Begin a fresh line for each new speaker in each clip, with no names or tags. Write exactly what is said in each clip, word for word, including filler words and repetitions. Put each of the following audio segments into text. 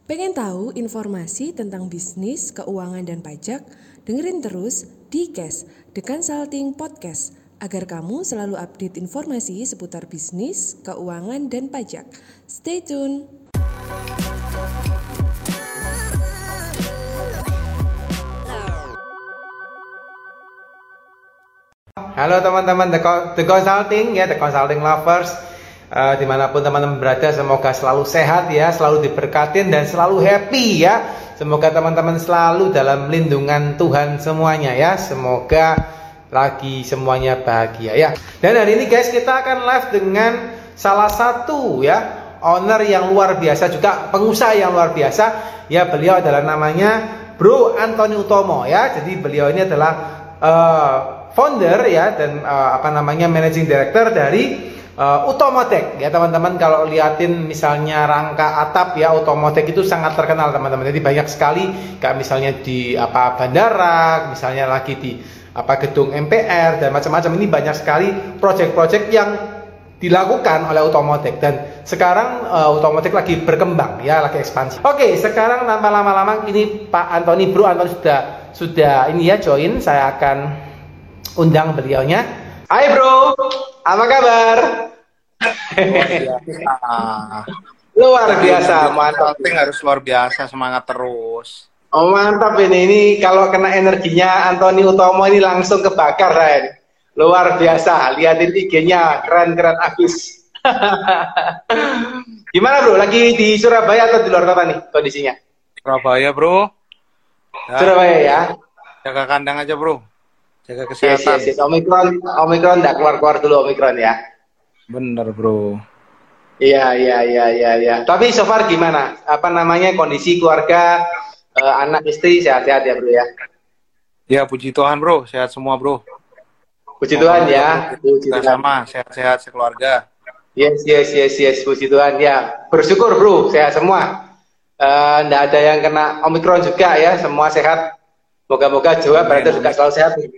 Pengen tahu informasi tentang bisnis, keuangan, dan pajak? Dengerin terus di Cash, The Consulting Podcast, agar kamu selalu update informasi seputar bisnis, keuangan, dan pajak. Stay tune!
Halo teman-teman The, The Consulting ya, The Consulting Lovers, uh, dimanapun teman-teman berada, semoga selalu sehat ya, selalu diberkatin dan selalu happy ya. Semoga teman-teman selalu dalam lindungan Tuhan semuanya ya. Semoga lagi semuanya bahagia ya. Dan hari ini guys, kita akan live dengan salah satu ya owner yang luar biasa, juga pengusaha yang luar biasa ya. Beliau adalah namanya Bro Antony Utomo ya. Jadi beliau ini adalah uh, founder ya dan uh, apa namanya managing director dari uh, Utomotech ya teman-teman. Kalau liatin misalnya rangka atap ya, Utomotech itu sangat terkenal teman-teman. Jadi banyak sekali kayak misalnya di apa bandara, misalnya lagi di apa gedung M P R dan macam-macam. Ini banyak sekali project-project yang dilakukan oleh Utomotech dan sekarang uh, Utomotech lagi berkembang ya, lagi ekspansi. Oke, sekarang tanpa lama-lama ini Pak Antony, Bro Antony sudah sudah ini ya join. Saya akan undang beliaunya. Hai bro, apa kabar? Luar biasa, mantap.
Harus luar biasa, semangat terus.
Oh mantap ini, ini kalau kena energinya Antony Utomo ini langsung kebakar Ren. Luar biasa, liatin I G-nya, keren-keren abis. Gimana bro, lagi di Surabaya atau di luar kota nih kondisinya?
Surabaya bro.
Ya. Surabaya ya.
Jaga kandang aja bro. Jaga
Yes,
kesehatan.
yes, yes. Omikron, Omikron nggak keluar-keluar dulu Omikron ya.
Bener bro.
Iya, iya, iya, iya, iya. Tapi so far gimana? Apa namanya kondisi keluarga, eh, anak istri sehat-sehat ya bro ya?
Ya puji Tuhan bro, sehat semua bro.
Puji Tuhan ya.
Puji Tuhan. Sama, sehat-sehat sekeluarga.
Yes, yes, yes, yes. Puji Tuhan ya. Bersyukur bro, sehat semua. Eh, nggak ada yang kena Omikron juga ya, semua sehat. Moga-moga Jawa Barat juga selalu sehat. Oke,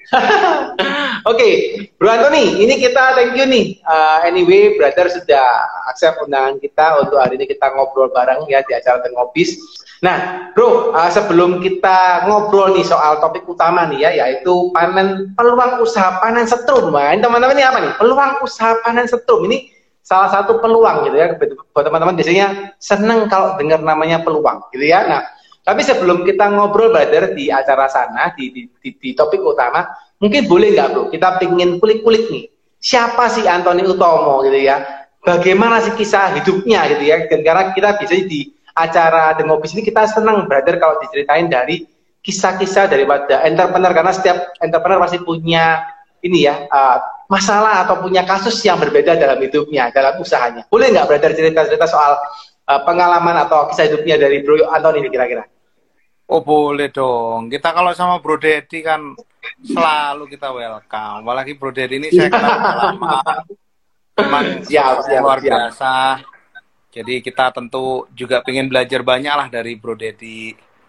okay. Bro Antony, ini kita thank you nih. Uh, anyway, brother sudah accept undangan kita untuk hari ini kita ngobrol bareng ya di acara Tengobis. Nah, bro, uh, sebelum kita ngobrol nih soal topik utama nih ya, yaitu panen peluang usaha panen setrum. Nah, ini teman-teman ini apa nih? Peluang usaha panen setrum ini salah satu peluang gitu ya. Buat teman-teman biasanya seneng kalau dengar namanya peluang gitu ya. Nah, tapi sebelum kita ngobrol brother di acara sana, di, di, di, di topik utama, mungkin boleh nggak bro, kita pingin kulik-kulik nih, siapa sih Antony Utomo gitu ya, bagaimana sih kisah hidupnya gitu ya, dan karena kita bisa di acara The Ngobis ini kita senang brother kalau diceritain dari kisah-kisah daripada entrepreneur, karena setiap entrepreneur pasti punya ini ya, uh, masalah atau punya kasus yang berbeda dalam hidupnya, dalam usahanya. Boleh nggak brother cerita-cerita soal uh, pengalaman atau kisah hidupnya dari Bro Antony ini kira-kira?
Oh boleh dong. Kita kalau sama Bro Dedi kan selalu kita welcome. Apalagi Bro Dedi ini saya kenal lama. Memang siap, siap, luar siap. biasa. Jadi kita tentu juga pengen belajar banyak lah dari Bro Dedi.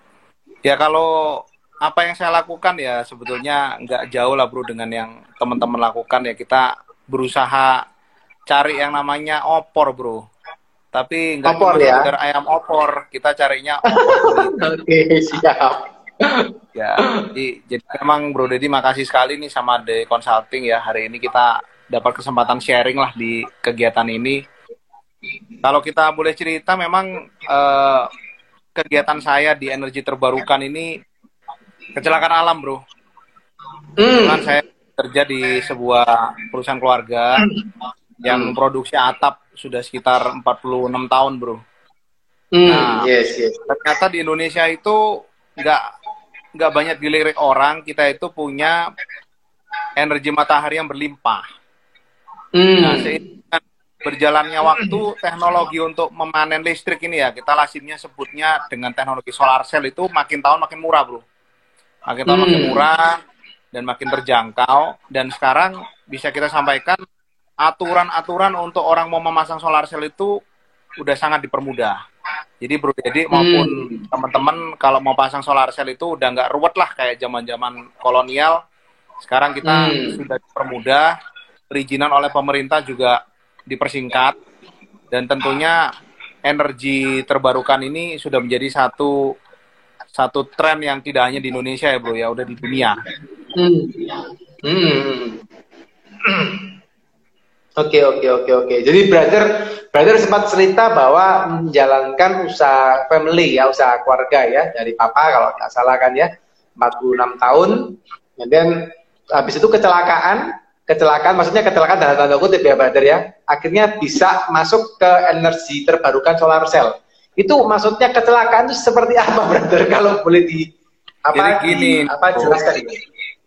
Ya kalau apa yang saya lakukan ya sebetulnya nggak jauh lah bro dengan yang teman-teman lakukan ya. Kita berusaha cari yang namanya opor bro. Tapi nggak cuma
ya?
sekedar ayam opor, kita carinya opor.
Oke, siap.
Ya, jadi, jadi memang Bro Dedi makasih sekali nih sama The Consulting ya. Hari ini kita dapat kesempatan sharing lah di kegiatan ini. Kalau kita boleh cerita, memang eh, kegiatan saya di energi terbarukan ini kecelakaan alam bro.
Hmm.
Kan saya kerja di sebuah perusahaan keluarga yang produksi atap sudah sekitar empat puluh enam tahun bro.
Hmm,
nah,
yes, yes.
Ternyata di Indonesia itu nggak nggak banyak dilirik orang. Kita itu punya energi matahari yang berlimpah.
Hmm.
Nah, seiring berjalannya waktu, teknologi untuk memanen listrik ini ya, kita lazimnya sebutnya dengan teknologi solar cell itu makin tahun makin murah bro. Makin tahun hmm. makin murah dan makin terjangkau. Dan sekarang bisa kita sampaikan aturan-aturan untuk orang mau memasang solar cell itu udah sangat dipermudah. Jadi bro, jadi maupun hmm. teman-teman kalau mau pasang solar cell itu udah nggak ruwet lah kayak zaman-zaman kolonial. Sekarang kita hmm. sudah dipermudah, perizinan oleh pemerintah juga dipersingkat, dan tentunya energi terbarukan ini sudah menjadi satu satu tren yang tidak hanya di Indonesia ya bro ya, udah di dunia.
Hmm. Hmm. Oke oke oke oke. Jadi brother brother sempat cerita bahwa menjalankan usaha family ya, usaha keluarga ya dari papa kalau nggak salah kan ya, empat puluh enam tahun. Kemudian habis itu kecelakaan, kecelakaan maksudnya kecelakaan dalam tanda kutip ya brother ya. Akhirnya bisa masuk ke energi terbarukan solar cell. Itu maksudnya kecelakaan itu seperti apa brother kalau boleh di apa
Jadi gini,
di, apa jelaskan ini?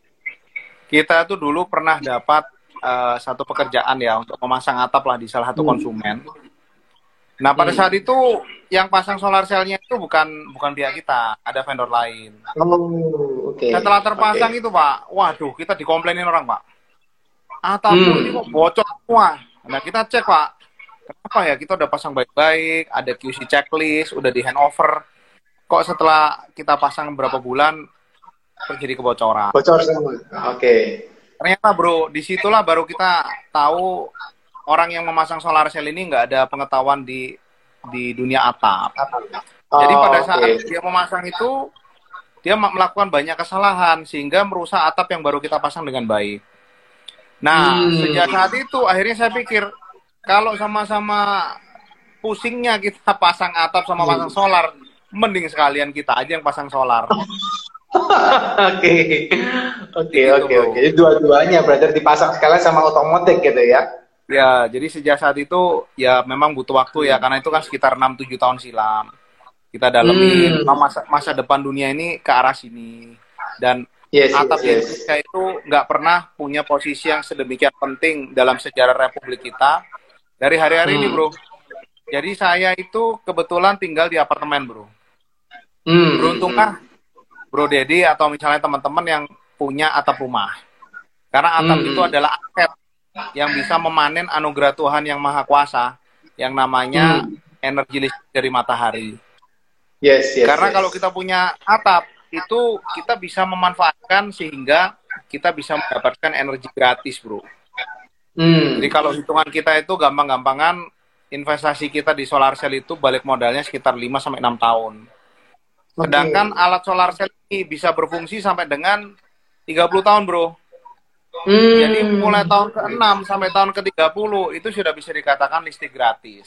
Kita tuh dulu pernah dapat Uh, satu pekerjaan ya untuk memasang atap lah di salah satu konsumen. Nah pada saat itu yang pasang solar cell-nya itu bukan bukan pihak kita, ada vendor lain.
Oh, oke. Okay.
Setelah terpasang okay. itu Pak, waduh kita dikomplainin orang Pak. Atap hmm. ini kok bocor semua. Nah kita cek Pak, kenapa ya kita udah pasang baik-baik, ada Q C checklist, udah di handover. Kok setelah kita pasang beberapa bulan terjadi kebocoran?
Bocor semua. Oke. Okay.
Ternyata bro, disitulah baru kita tahu orang yang memasang solar cell ini nggak ada pengetahuan di di dunia atap. Oh, jadi pada saat okay. dia memasang itu, dia melakukan banyak kesalahan sehingga merusak atap yang baru kita pasang dengan baik. Nah, hmm. sejak saat itu akhirnya saya pikir, kalau sama-sama pusingnya kita pasang atap sama pasang solar, mending sekalian kita aja yang pasang solar.
Oke, oke, oke, oke. Jadi dua-duanya brother dipasang sekalian sama otomotif gitu ya?
Ya, jadi sejak saat itu ya memang butuh waktu ya, karena itu kan sekitar enam tujuh tahun silam. Kita dalemin hmm. masa, masa depan dunia ini ke arah sini. Dan yes, atap yes, Indonesia yes. itu nggak pernah punya posisi yang sedemikian penting dalam sejarah Republik kita dari hari-hari hmm. ini bro. Jadi saya itu kebetulan tinggal di apartemen bro. Hmm. Beruntunglah Bro Dedi atau misalnya teman-teman yang punya atap rumah. Karena atap hmm. itu adalah aset yang bisa memanen anugerah Tuhan yang Maha Kuasa yang namanya hmm. energi listrik dari matahari.
Yes, yes,
Karena
yes.
kalau kita punya atap, itu kita bisa memanfaatkan sehingga kita bisa mendapatkan energi gratis, bro. Hmm. Jadi kalau hitungan kita itu gampang-gampangan, investasi kita di solar cell itu balik modalnya sekitar lima sampai enam tahun. Sedangkan okay. alat solar cell ini bisa berfungsi sampai dengan tiga puluh tahun, bro. Hmm. Jadi mulai tahun ke enam sampai tahun ke tiga puluh itu sudah bisa dikatakan listrik gratis.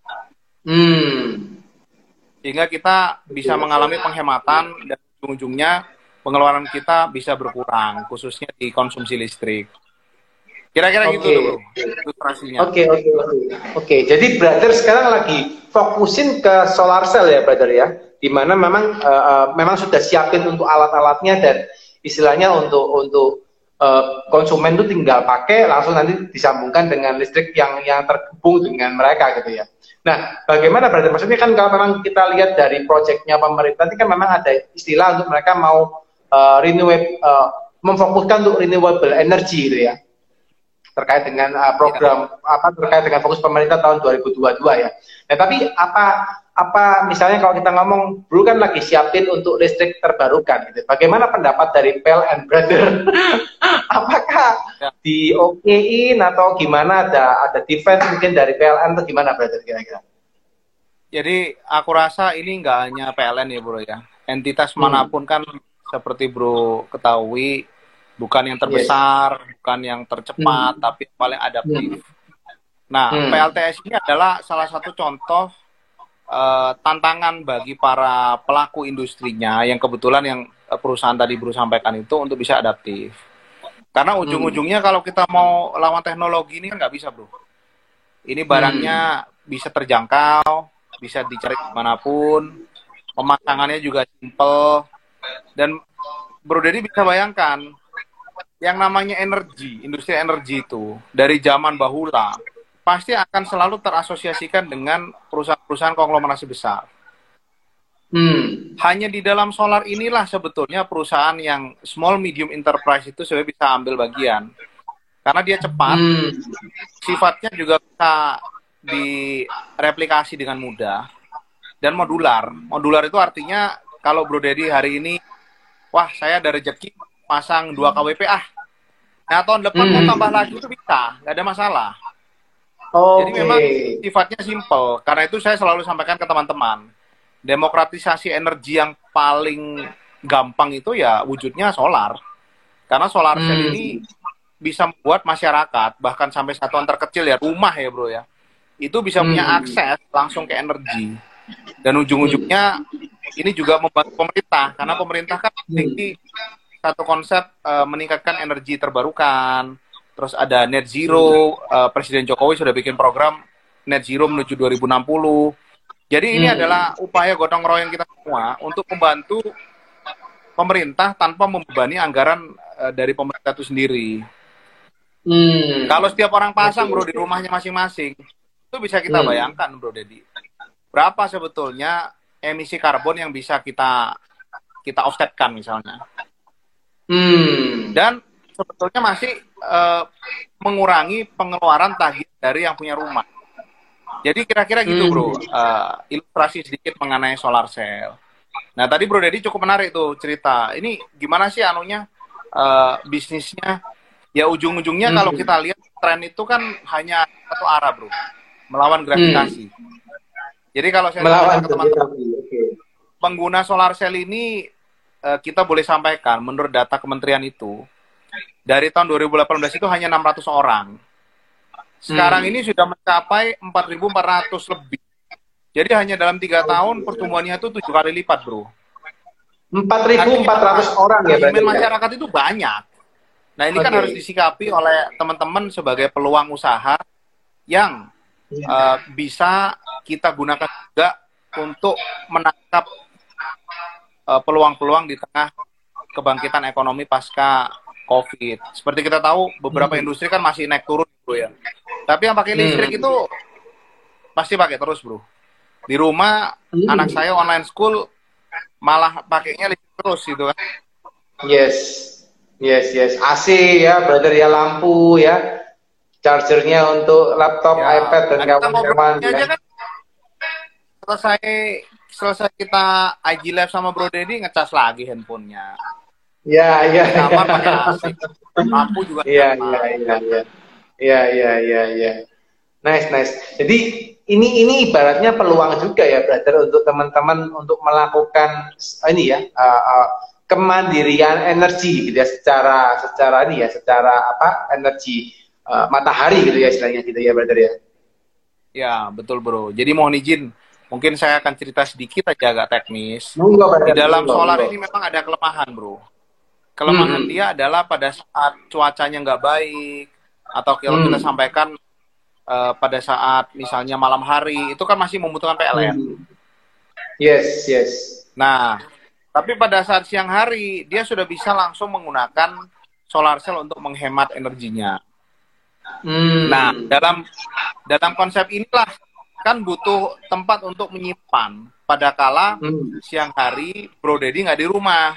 Hmm. Sehingga kita bisa mengalami penghematan dan ujung-ujungnya pengeluaran kita bisa berkurang, khususnya di konsumsi listrik. Kira-kira okay. gitu tuh, bro. Ilustrasinya.
Oke, oke, oke. Oke, jadi brother sekarang lagi fokusin ke solar cell ya, brother ya. Di mana memang uh, uh, memang sudah siapin untuk alat-alatnya dan istilahnya untuk untuk uh, konsumen itu tinggal pakai langsung nanti disambungkan dengan listrik yang yang terhubung dengan mereka gitu ya. Nah, bagaimana brother? Maksudnya kan kalau memang kita lihat dari proyeknya pemerintah ini kan memang ada istilah untuk mereka mau uh, renewable uh, memfokuskan untuk renewable energy gitu ya. Terkait dengan uh, program apa terkait dengan fokus pemerintah tahun dua ribu dua puluh dua ya. Nah, tapi apa apa misalnya kalau kita ngomong dulu kan lagi siapin untuk listrik terbarukan gitu. Bagaimana pendapat dari P L N brother? Apakah ya. di okein atau gimana, ada ada defense mungkin dari P L N atau gimana brother kira-kira?
Jadi aku rasa ini nggak hanya P L N ya bro ya. Entitas hmm. manapun kan seperti bro ketahui bukan yang terbesar, yes. bukan yang tercepat, hmm. tapi paling adaptif. Hmm. Nah, hmm. P L T S ini adalah salah satu contoh uh, tantangan bagi para pelaku industrinya yang kebetulan yang perusahaan tadi Bro sampaikan itu untuk bisa adaptif. Karena ujung-ujungnya hmm. kalau kita mau lawan teknologi ini kan nggak bisa, Bro. Ini barangnya hmm. bisa terjangkau, bisa dicari dimanapun, pemasangannya juga simple, dan Bro Dedi bisa bayangkan, yang namanya energi, industri energi itu, dari zaman bahula, pasti akan selalu terasosiasikan dengan perusahaan-perusahaan konglomerasi besar. Hmm. Hanya di dalam solar inilah sebetulnya perusahaan yang small medium enterprise itu sebenarnya bisa ambil bagian. Karena dia cepat, hmm. sifatnya juga bisa direplikasi dengan mudah, dan modular. Modular itu artinya, kalau Bro Dedi hari ini, wah saya ada rezeki, pasang dua K W P ah. Nah tahun depan hmm. mau tambah lagi itu bisa, nggak ada masalah.
Oke.
Jadi memang sifatnya simple. Karena itu saya selalu sampaikan ke teman-teman, demokratisasi energi yang paling gampang itu ya wujudnya solar. Karena solar
Hmm.
cell ini bisa membuat masyarakat, bahkan sampai satuan terkecil ya, rumah ya bro ya, itu bisa punya
Hmm.
akses langsung ke energi. Dan ujung-ujungnya ini juga membantu pemerintah, karena pemerintah kan memiliki satu konsep uh, meningkatkan energi terbarukan. Terus ada net zero, uh, Presiden Jokowi sudah bikin program net zero menuju dua ribu enam puluh. Jadi ini
Hmm.
adalah upaya gotong royong kita semua untuk membantu pemerintah tanpa membebani anggaran uh, dari pemerintah itu sendiri.
Hmm.
Kalau setiap orang pasang
Oke.
bro di rumahnya masing-masing, itu bisa kita
Hmm.
bayangkan bro Dedi, berapa sebetulnya emisi karbon yang bisa kita kita offsetkan misalnya.
Hmm.
Dan sebetulnya masih uh, mengurangi pengeluaran tagih dari yang punya rumah. Jadi kira-kira gitu bro, uh, ilustrasi sedikit mengenai solar cell. Nah tadi Bro Dedi cukup menarik tuh cerita. Ini gimana sih anunya uh, bisnisnya? Ya ujung-ujungnya
Hmm.
kalau kita lihat tren itu kan hanya satu arah bro, melawan gravitasi. Jadi kalau saya
Melawan
sampaikan ke teman-teman,
gravitasi. Oke.
pengguna solar cell ini uh, kita boleh sampaikan menurut data kementerian itu dari tahun dua ribu delapan belas itu hanya enam ratus orang. Sekarang
Hmm.
ini sudah mencapai empat ribu empat ratus lebih. Jadi hanya dalam tiga tahun pertumbuhannya itu tujuh kali lipat, bro.
empat ribu empat ratus
Artinya,
orang ya berarti.
segmen
ya?
masyarakat itu banyak. Nah ini kan
Oke.
harus disikapi oleh teman-teman sebagai peluang usaha yang
Iya.
uh, bisa kita gunakan juga untuk menangkap uh, peluang-peluang di tengah kebangkitan ekonomi pasca COVID. Seperti kita tahu, beberapa
Hmm.
industri kan masih naik turun, bro ya. Tapi yang pakai listrik
Hmm.
itu pasti pakai terus, bro. Di rumah,
Hmm.
anak saya online school malah pakainya listrik terus gitu kan.
Yes. Yes, yes. A C ya, brother ya, lampu ya. Chargernya untuk laptop,
Ya,
iPad dan
nah kita
kawan-kawan
ngobrolnya aja
ya.
kan selesai selesai kita I G Live sama Bro Dedi ngecas lagi handphonenya.
Ya, ya.
Di kamar
ya.
pakai A C. Lampu juga
Iya,
sama.
iya, iya, iya. Iya, iya, iya, iya. Nice, nice. Jadi ini ini ibaratnya peluang juga ya, brother, untuk teman-teman untuk melakukan ini ya, uh, uh, kemandirian energi gitu ya, secara secara ini ya, secara apa? Energi uh, matahari gitu ya istilahnya gitu ya, brother ya.
Ya, betul Bro. Jadi mohon izin, mungkin saya akan cerita sedikit aja agak teknis.
Monggo, brother.
Di dalam
Monggo,
solar
monggo.
ini memang ada kelemahan, Bro. Kelemahan
Hmm.
dia adalah pada saat cuacanya nggak baik, atau kalau
Hmm.
kita sampaikan uh, pada saat misalnya malam hari, itu kan masih membutuhkan P L N.
Hmm. Yes, yes.
Nah, tapi pada saat siang hari, dia sudah bisa langsung menggunakan solar cell untuk menghemat energinya.
Hmm.
Nah, dalam dalam konsep inilah kan butuh tempat untuk menyimpan. Pada kala
Hmm.
siang hari, Bro Dedi nggak di rumah.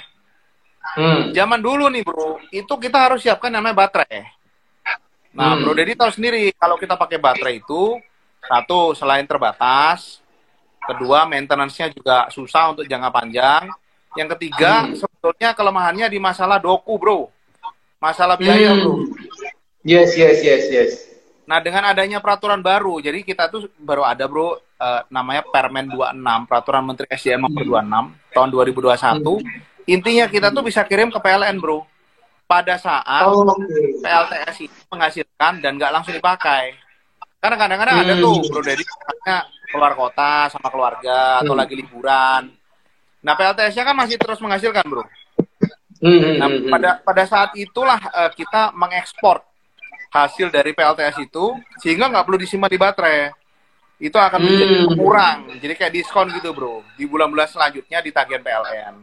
Hmm.
Zaman dulu nih bro, itu kita harus siapkan namanya baterai. Nah,
Hmm.
Bro Dedi tahu sendiri, kalau kita pakai baterai itu, satu, selain terbatas, kedua, maintenance-nya juga susah untuk jangka panjang. Yang ketiga,
Hmm.
sebetulnya kelemahannya di masalah doku, bro. Masalah biaya,
Hmm.
bro.
Yes, yes, yes, yes.
Nah, dengan adanya peraturan baru, jadi kita tuh baru ada, bro, eh, namanya Permen dua puluh enam, Peraturan Menteri S D M nomor dua puluh enam, tahun dua ribu dua puluh satu. Intinya kita tuh bisa kirim ke P L N, bro. Pada saat
Oh, oke.
P L T S itu menghasilkan dan nggak langsung dipakai. Karena kadang-kadang ada
Hmm.
tuh, bro, dari misalnya keluar kota sama keluarga atau
Hmm.
lagi liburan. Nah, P L T S-nya kan masih terus menghasilkan, bro.
Hmm.
Nah,
hmm, hmm.
pada pada saat itulah eh, kita mengekspor hasil dari P L T S itu sehingga nggak perlu disimpan di baterai. Itu akan menjadi
Hmm.
kurang. Jadi kayak diskon gitu, bro. Di bulan-bulan selanjutnya di tagihan P L N.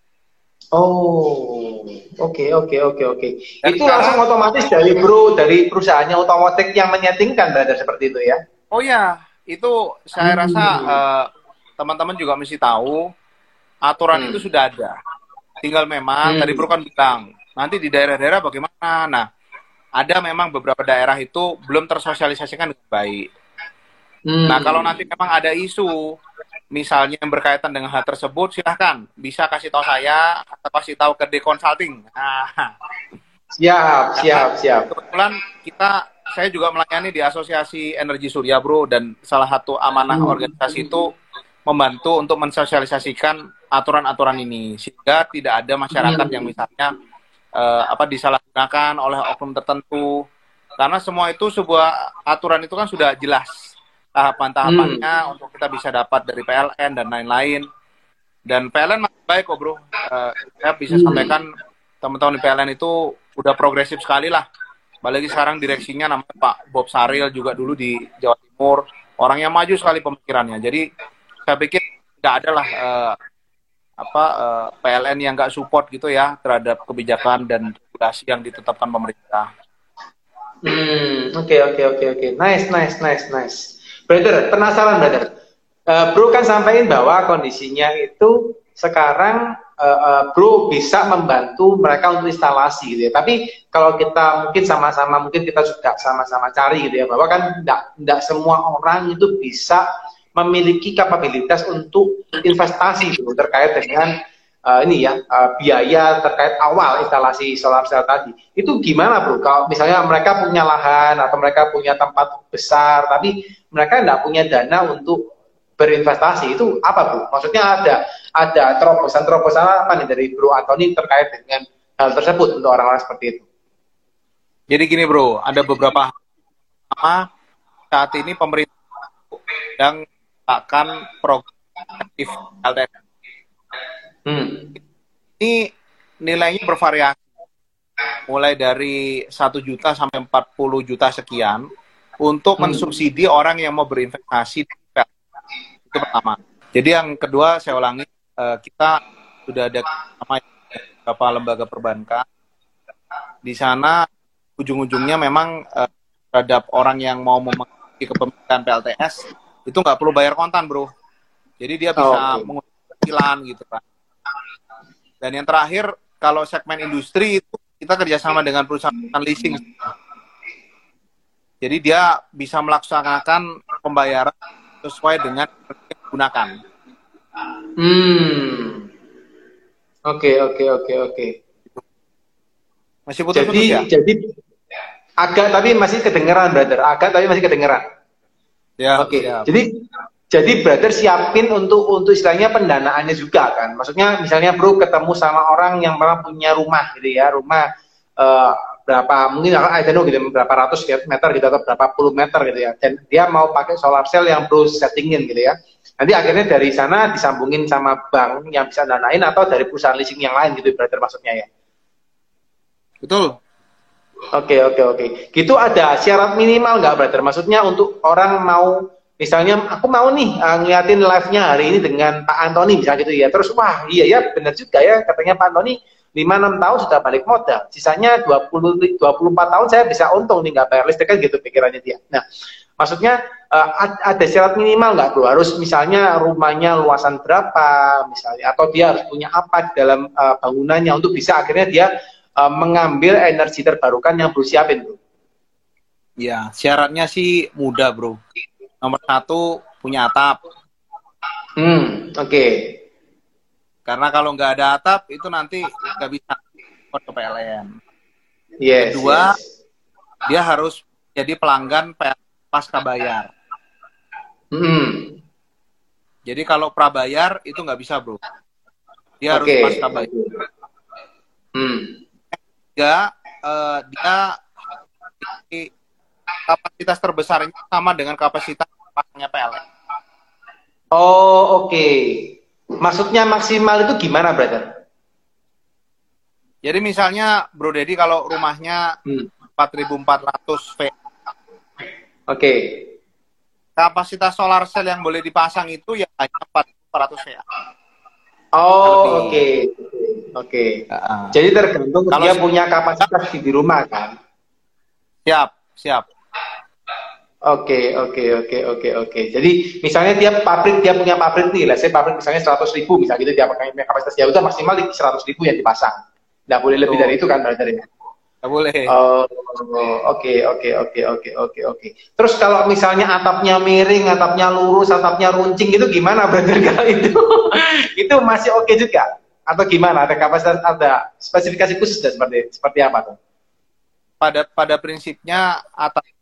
Oh, oke, oke, oke, oke.
Dan
Itu
sekarang-
langsung otomatis dari bro, dari perusahaannya otomotif yang menyetingkan, brother, seperti itu ya?
Oh ya, itu saya
Hmm.
rasa eh, teman-teman juga mesti tahu aturan
Hmm.
itu sudah ada. Tinggal memang
Hmm.
tadi bro kan bilang nanti di daerah-daerah bagaimana. Nah, ada memang beberapa daerah itu belum tersosialisasikan dengan baik.
Hmm.
Nah, kalau nanti memang ada isu misalnya yang berkaitan dengan hal tersebut, silahkan bisa kasih tahu saya atau kasih tahu ke D Consulting. Nah,
Siap, siap, siap.
kebetulan kita saya juga melayani di Asosiasi Energi Surya, Bro, dan salah satu amanah organisasi itu membantu untuk mensosialisasikan aturan-aturan ini sehingga tidak ada masyarakat yang misalnya uh, apa disalahgunakan oleh oknum tertentu. Karena semua itu sebuah aturan itu kan sudah jelas tahapan-tahapannya hmm. untuk kita bisa dapat dari P L N dan lain-lain. Dan P L N masih baik kok, Bro. Uh, saya bisa hmm. sampaikan teman-teman di P L N itu udah progresif sekali lah. Apalagi sekarang direksinya namanya Pak Bob Saril, juga dulu di Jawa Timur. Orangnya maju sekali pemikirannya. Jadi saya pikir nggak ada lah uh, apa uh, P L N yang nggak support gitu ya terhadap kebijakan dan regulasi yang ditetapkan pemerintah.
Hmm, oke oke oke oke. Nice nice nice nice. Brother, penasaran brother. Uh, bro kan sampaikan bahwa kondisinya itu sekarang uh, uh, bro bisa membantu mereka untuk instalasi gitu ya. Tapi kalau kita mungkin sama-sama mungkin kita sudah sama-sama cari gitu ya, bahwa kan tidak tidak semua orang itu bisa memiliki kapabilitas untuk investasi gitu terkait dengan uh, ini ya uh, biaya terkait awal instalasi solar cell tadi. Itu gimana, Bro? Kalau misalnya mereka punya lahan atau mereka punya tempat besar tapi mereka tidak punya dana untuk berinvestasi, itu apa, Bro? Maksudnya ada ada terobosan-terobosan apa nih dari Bro Antoni terkait dengan hal tersebut untuk orang-orang seperti itu?
Jadi gini, Bro, ada beberapa hal saat ini pemerintah yang akan program L T S. Hmm. Ini nilainya bervariasi, mulai dari satu juta sampai empat puluh juta sekian untuk hmm. mensubsidi orang yang mau berinvestasi. Itu pertama. Jadi yang kedua, saya ulangi, kita sudah ada beberapa lembaga perbankan. Di sana ujung-ujungnya memang terhadap orang yang mau memiliki kepemilikan P L T S itu nggak perlu bayar kontan, Bro. Jadi dia bisa oh, okay. menggunakan cicilan gitu kan. Dan yang terakhir, kalau segmen industri itu kita kerjasama dengan perusahaan leasing. Jadi dia bisa melaksanakan pembayaran sesuai dengan yang digunakan.
Hmm. Oke, oke, oke, oke.
Masih putus-putus
jadi,
ya?
Jadi agak tapi masih kedengeran, brother. Agak tapi masih kedengeran.
Ya,
Oke,
siap.
jadi jadi brother siapin untuk untuk istilahnya pendanaannya juga kan. Maksudnya misalnya bro ketemu sama orang yang malah punya rumah gitu ya, rumah uh, berapa mungkin I don't know gitu, berapa ratus meter gitu atau berapa puluh meter gitu ya. Dan dia mau pakai solar cell yang bro settingin gitu ya. Nanti akhirnya dari sana disambungin sama bank yang bisa danain atau dari perusahaan leasing yang lain gitu brother maksudnya ya.
Betul.
Oke, oke, oke. Gitu ada syarat minimal nggak, brother? Maksudnya untuk orang mau, misalnya aku mau nih uh, ngeliatin live-nya hari ini dengan Pak Antoni, misalnya gitu ya. Terus, wah iya ya, benar juga ya, katanya Pak Antoni lima enam tahun sudah balik modal. Sisanya dua puluh, dua puluh empat tahun saya bisa untung nih, nggak bayar listrik kan gitu pikirannya dia. Nah, maksudnya uh, ada syarat minimal nggak, bro? Harus misalnya rumahnya luasan berapa, misalnya, atau dia harus punya apa di dalam uh, bangunannya untuk bisa akhirnya dia Uh, mengambil energi terbarukan yang bro siapin, bro.
Ya, syaratnya sih mudah, bro. Nomor satu, punya atap.
Hmm, oke. Okay.
Karena kalau nggak ada atap, itu nanti nggak bisa ke P L N.
Yes,
Kedua,
yes.
dia harus jadi pelanggan P L N pasca bayar.
Hmm.
Jadi kalau prabayar, itu nggak bisa, bro. Dia
okay.
harus pasca bayar.
Hmm.
Juga uh, dia kapasitas terbesarnya sama dengan kapasitas pasangnya P L N.
Oh, oke. Okay. Maksudnya maksimal itu gimana, brother?
Jadi misalnya Bro Dedi kalau rumahnya hmm. empat ribu empat ratus watt.
Oke. Okay.
Kapasitas solar cell yang boleh dipasang itu ya hanya empat ribu empat ratus watt.
Oh, oke. Okay. Oke, okay. uh, jadi tergantung kalau dia punya kapasitas di rumah kan?
Siap, siap.
Oke, oke, oke, oke, oke. Jadi misalnya dia pabrik, dia punya pabrik nih, lah saya pabrik misalnya seratus ribu, misalnya gitu dia pakai kapasitas dia udah maksimal di seratus ribu yang dipasang. Nggak boleh lebih oh. dari itu kan, brother?
Nggak boleh.
Oh, oke, oke, oke, oke, oke, oke. Terus kalau misalnya atapnya miring, atapnya lurus, atapnya runcing itu gimana, brother? Kalau itu, itu masih oke okay juga? Atau gimana? Ada kapasitas, ada spesifikasi khusus dan seperti seperti apa tuh?
Pada pada prinsipnya atap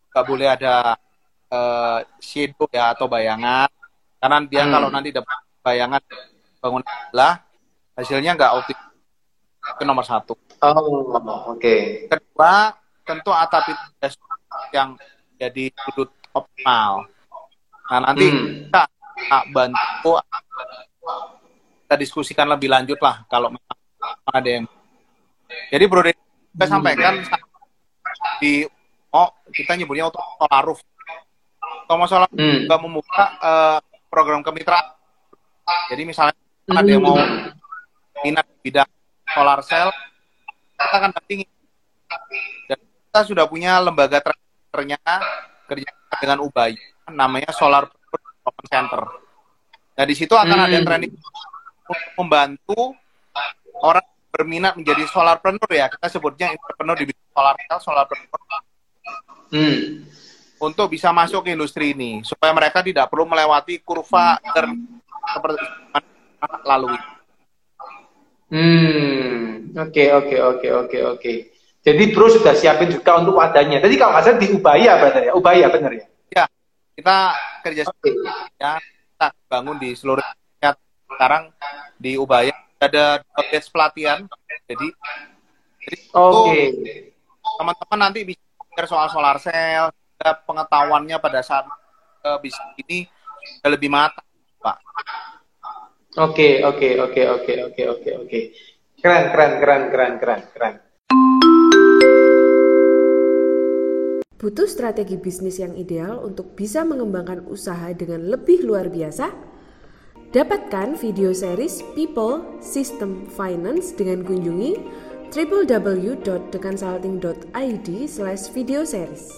nggak boleh ada uh, shadow ya atau bayangan, karena dia hmm. kalau nanti dapat bayangan bangunan sebelah, hasilnya nggak optimal. Itu nomor satu.
Oh, oke. Okay.
Kedua, tentu atap itu yang jadi sudut optimal. Nah, nanti hmm. kita bantu, kita diskusikan lebih lanjut lah kalau memang ada yang. Jadi Bro Deddy, kita hmm. sampaikan di oh kita nyebutnya untuk solar roof. Kalau solar hmm. juga membuka uh, program kemitraan. Jadi misalnya hmm. ada yang mau minat di bidang solar cell, kita akan dampingi. Dan kita sudah punya lembaga trainernya kerja dengan Ubaya, namanya Solar Development Center. Nah di situ akan hmm. ada training untuk membantu orang berminat menjadi solarpreneur ya, kita sebutnya entrepreneur di bidang solar cell, solarpreneur. Hmm. Untuk bisa masuk ke industri ini, supaya mereka tidak perlu melewati kurva ter seperti lalui.
Hmm, oke oke oke oke oke. Jadi Bro sudah siapin juga untuk wadahnya. Tadi kalau nggak salah di Ubaya benar ya? Ubaya benar ya?
Ya, kita kerja okay. ya, kita bangun di seluruh Indonesia. Sekarang di Ubaya ada batch pelatihan. Jadi, jadi okay. teman-teman nanti bisa belajar soal solar cell, pengetahuannya pada saat uh, bisnis ini lebih matang, Pak.
Oke, oke, oke, oke, oke, oke, oke. Keren, keren, keren, keren, keren, keren.
Butuh strategi bisnis yang ideal untuk bisa mengembangkan usaha dengan lebih luar biasa? Dapatkan video series People, System, Finance dengan kunjungi w w w dot the consulting dot i d slash video series.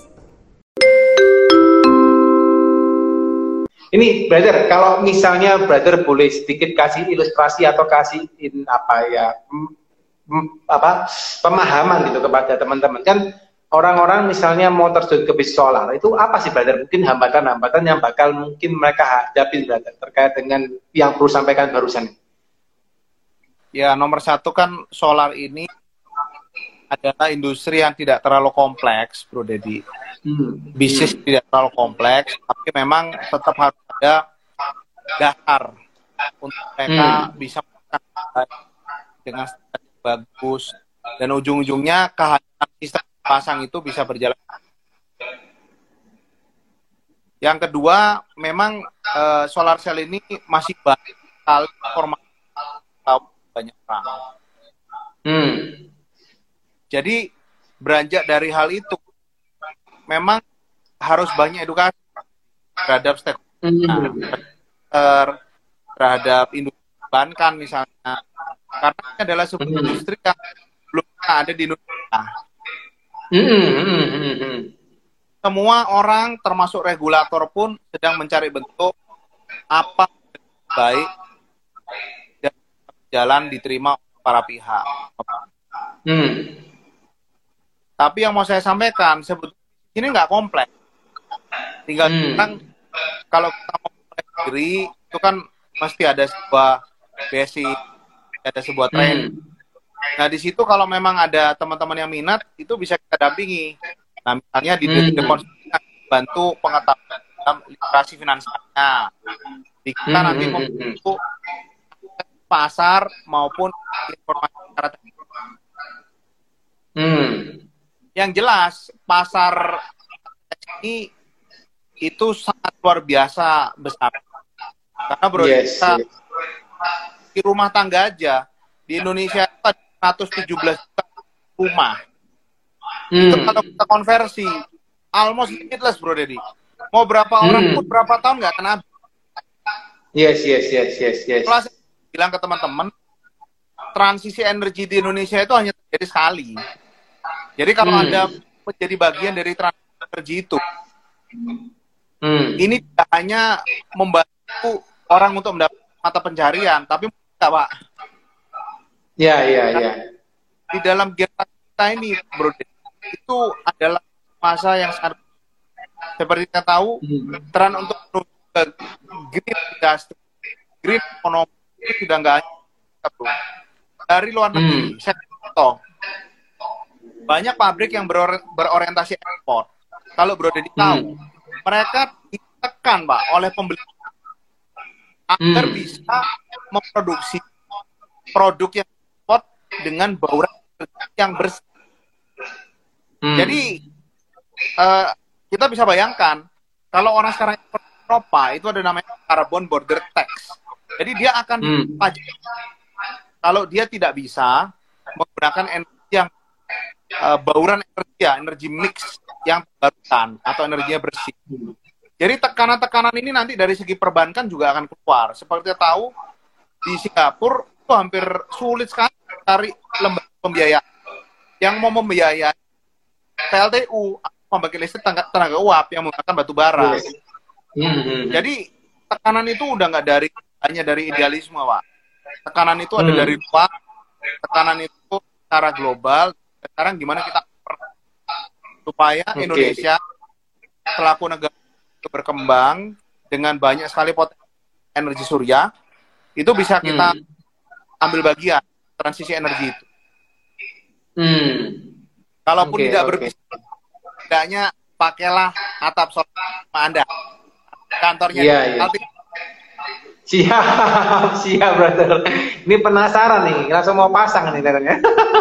Ini brother, kalau misalnya brother boleh sedikit kasih ilustrasi atau kasih in, apa ya m, m, apa pemahaman gitu kepada teman-teman, kan orang-orang misalnya mau terjun ke bisnis solar itu apa sih brother? Mungkin hambatan-hambatan yang bakal mungkin mereka hadapi brother terkait dengan yang perlu sampaikan barusan.
Ya nomor satu kan solar ini adalah industri yang tidak terlalu kompleks, Bro Deddy. Hmm. Bisnis hmm. tidak terlalu kompleks, tapi memang tetap harus ada dasar untuk mereka hmm. bisa dengan strategi bagus, dan ujung-ujungnya kehadiran sistem pasang itu bisa berjalan. Yang kedua, memang uh, solar cell ini masih banyak sekali informasi tahu banyak orang. Hmm. Jadi beranjak dari hal itu, memang harus banyak edukasi terhadap stakeholder, mm. terhadap industri perbankan misalnya, karena ini adalah sebuah mm. industri yang belum ada di Indonesia. Mm. Semua orang, termasuk regulator pun sedang mencari bentuk apa yang baik dan jalan diterima oleh para pihak. Mm. Tapi yang mau saya sampaikan, sebetulnya ini nggak kompleks. Tinggal hmm. kita, kalau kita mau mulai sendiri, itu kan mesti ada sebuah basic, ada sebuah training. Hmm. Nah, di situ kalau memang ada teman-teman yang minat, itu bisa kita dampingi. Nah, misalnya di hmm. dekonstruksi bantu pengetahuan dalam literasi finansialnya. Di kita hmm. nanti membantu pasar maupun informasi secara teknis. Hmm. Yang jelas pasar ini itu sangat luar biasa besar. Karena bro,
yes,
kita
yes.
di rumah tangga aja di Indonesia itu ada seratus tujuh belas juta rumah. Hmm. Itu kalau kita konversi almost limitless bro Deddy. Mau berapa hmm. orang pun berapa tahun nggak kena.
Yes, yes, yes, yes, yes.
Kalau saya bilang ke teman-teman, transisi energi di Indonesia itu hanya terjadi sekali. Jadi kalau hmm. Anda menjadi bagian dari transisi energi itu, hmm. ini tidak hanya membantu orang untuk mendapatkan mata pencarian, tapi enggak, Pak.
Ya, ya, ya.
Di dalam generasi kita ini, bro, itu adalah masa yang sangat, seperti kita tahu, hmm. tren untuk menuju ke green industry, green economy itu sudah enggak hanya bro. Dari luar negeri. Hmm. Saya contoh. Banyak pabrik yang beror berorientasi ekspor. kalau Bro Deddy tahu, hmm. mereka ditekan Pak oleh pembeli agar hmm. bisa memproduksi produk yang spot dengan bauran yang bersih. Hmm. Jadi uh, kita bisa bayangkan kalau orang sekarang Eropa itu ada namanya carbon border tax. Jadi dia akan hmm. pajak kalau dia tidak bisa menggunakan energi yang uh, bauran energi ya, energi mix yang terbarukan atau energinya bersih. Jadi tekanan-tekanan ini nanti dari segi perbankan juga akan keluar. Seperti kita tahu di Singapura itu hampir sulit sekali cari lembaga pembiayaan yang mau membiayai P L T U, pembangkit listrik tenaga, tenaga uap yang menggunakan batu bara. Hmm. Jadi tekanan itu udah nggak dari hanya dari idealisme, Pak. Tekanan itu hmm. ada dari luar, tekanan itu secara global. Sekarang gimana kita supaya okay. Indonesia selaku negara berkembang dengan banyak sekali potensi energi surya, itu bisa kita hmm. ambil bagian transisi energi itu. Hmm. Kalaupun okay, tidak okay. berbisnis, tidaknya pakailah atap solar Anda. Kantornya
yeah, yeah. Siap, siap brother. Ini penasaran nih, langsung mau pasang nih katanya.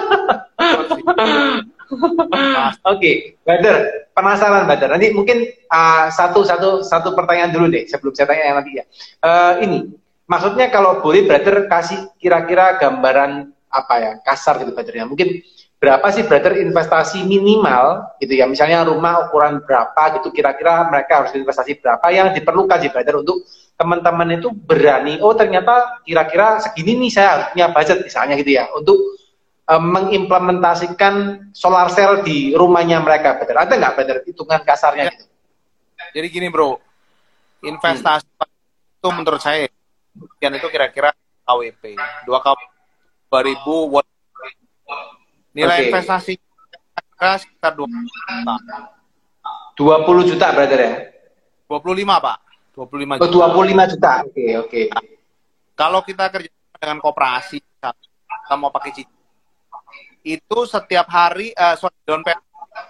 Oke, okay, brother, penasaran brother. Nanti mungkin uh, satu satu satu pertanyaan dulu deh sebelum saya tanya yang nanti ya. Uh, ini maksudnya kalau boleh brother kasih kira-kira gambaran apa ya kasar gitu brother ya. Mungkin berapa sih brother investasi minimal gitu ya. Misalnya rumah ukuran berapa gitu kira-kira mereka harus investasi berapa yang diperlukan sih brother untuk teman-teman itu berani. Oh ternyata kira-kira segini nih saya harus punya budget misalnya gitu ya untuk mengimplementasikan solar cell di rumahnya mereka, brother. Ada nggak, brother, hitungan kasarnya
ya.
Gitu?
Jadi gini, bro, investasi hmm. itu menurut saya, yang itu kira-kira K W P, dua K W P, dua ribu watt. Nilai okay. investasi kira sekitar dua puluh juta.
dua puluh juta, brother ya?
dua puluh lima, Pak. dua puluh lima
juta. Oh, dua puluh lima juta. Oke, okay, oke. Okay.
Nah, kalau kita kerja dengan koperasi, kita mau pakai cicil, itu setiap hari uh, sorry, down payment